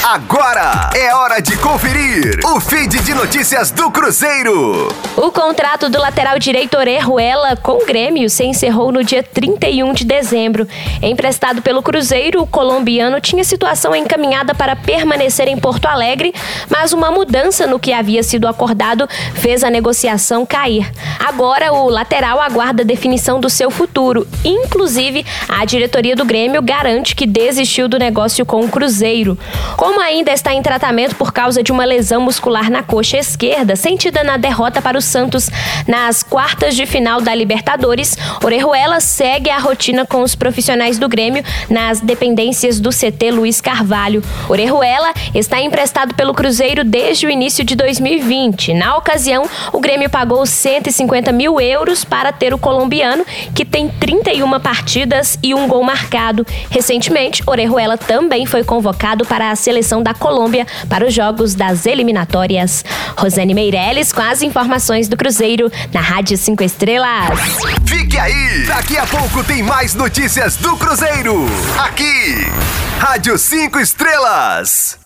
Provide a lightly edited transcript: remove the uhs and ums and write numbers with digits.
Agora é hora de conferir o feed de notícias do Cruzeiro. O contrato do lateral direito Orejuela com o Grêmio se encerrou no dia 31 de dezembro. Emprestado pelo Cruzeiro, o colombiano tinha situação encaminhada para permanecer em Porto Alegre, mas uma mudança no que havia sido acordado fez a negociação cair. Agora, o lateral aguarda a definição do seu futuro. Inclusive, a diretoria do Grêmio garante que desistiu do negócio com o Cruzeiro. Como ainda está em tratamento por causa de uma lesão muscular na coxa esquerda, sentida na derrota para o Santos nas quartas de final da Libertadores, Orejuela segue a rotina com os profissionais do Grêmio nas dependências do CT Luiz Carvalho. Orejuela está emprestado pelo Cruzeiro desde o início de 2020. Na ocasião, o Grêmio pagou 150 mil euros para ter o colombiano, que tem 31 partidas e um gol marcado. Recentemente, Orejuela também foi convocado para a seleção da Colômbia para os jogos das eliminatórias. Rosane Meirelles com as informações do Cruzeiro na Rádio 5 Estrelas. Fique aí! Daqui a pouco tem mais notícias do Cruzeiro. Aqui, Rádio 5 Estrelas.